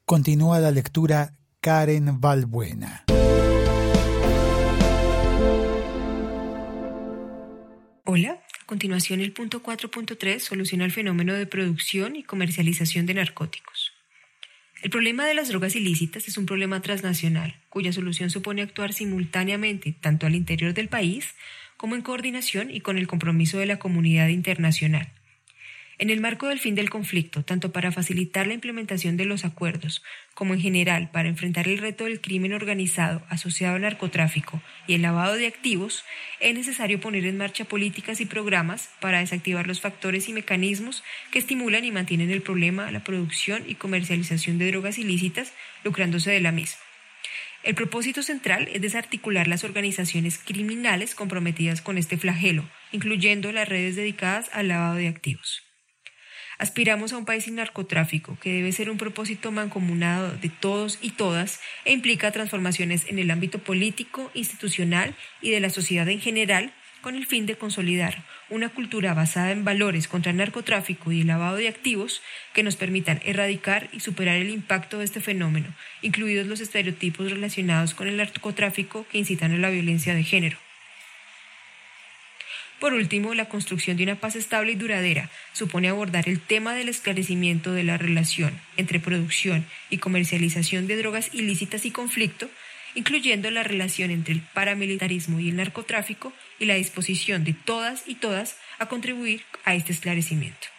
Continúa la lectura Karen Valbuena. Hola, a continuación el punto 4.3 soluciona el fenómeno de producción y comercialización de narcóticos. El problema de las drogas ilícitas es un problema transnacional, cuya solución supone actuar simultáneamente tanto al interior del país como en coordinación y con el compromiso de la comunidad internacional. En el marco del fin del conflicto, tanto para facilitar la implementación de los acuerdos, como en general para enfrentar el reto del crimen organizado asociado al narcotráfico y el lavado de activos, es necesario poner en marcha políticas y programas para desactivar los factores y mecanismos que estimulan y mantienen el problema, la producción y comercialización de drogas ilícitas, lucrándose de la misma. El propósito central es desarticular las organizaciones criminales comprometidas con este flagelo, incluyendo las redes dedicadas al lavado de activos. Aspiramos a un país sin narcotráfico, que debe ser un propósito mancomunado de todos y todas e implica transformaciones en el ámbito político, institucional y de la sociedad en general, con el fin de consolidar una cultura basada en valores contra el narcotráfico y el lavado de activos que nos permitan erradicar y superar el impacto de este fenómeno, incluidos los estereotipos relacionados con el narcotráfico que incitan a la violencia de género. Por último, la construcción de una paz estable y duradera supone abordar el tema del esclarecimiento de la relación entre producción y comercialización de drogas ilícitas y conflicto, incluyendo la relación entre el paramilitarismo y el narcotráfico y la disposición de todas y todas a contribuir a este esclarecimiento.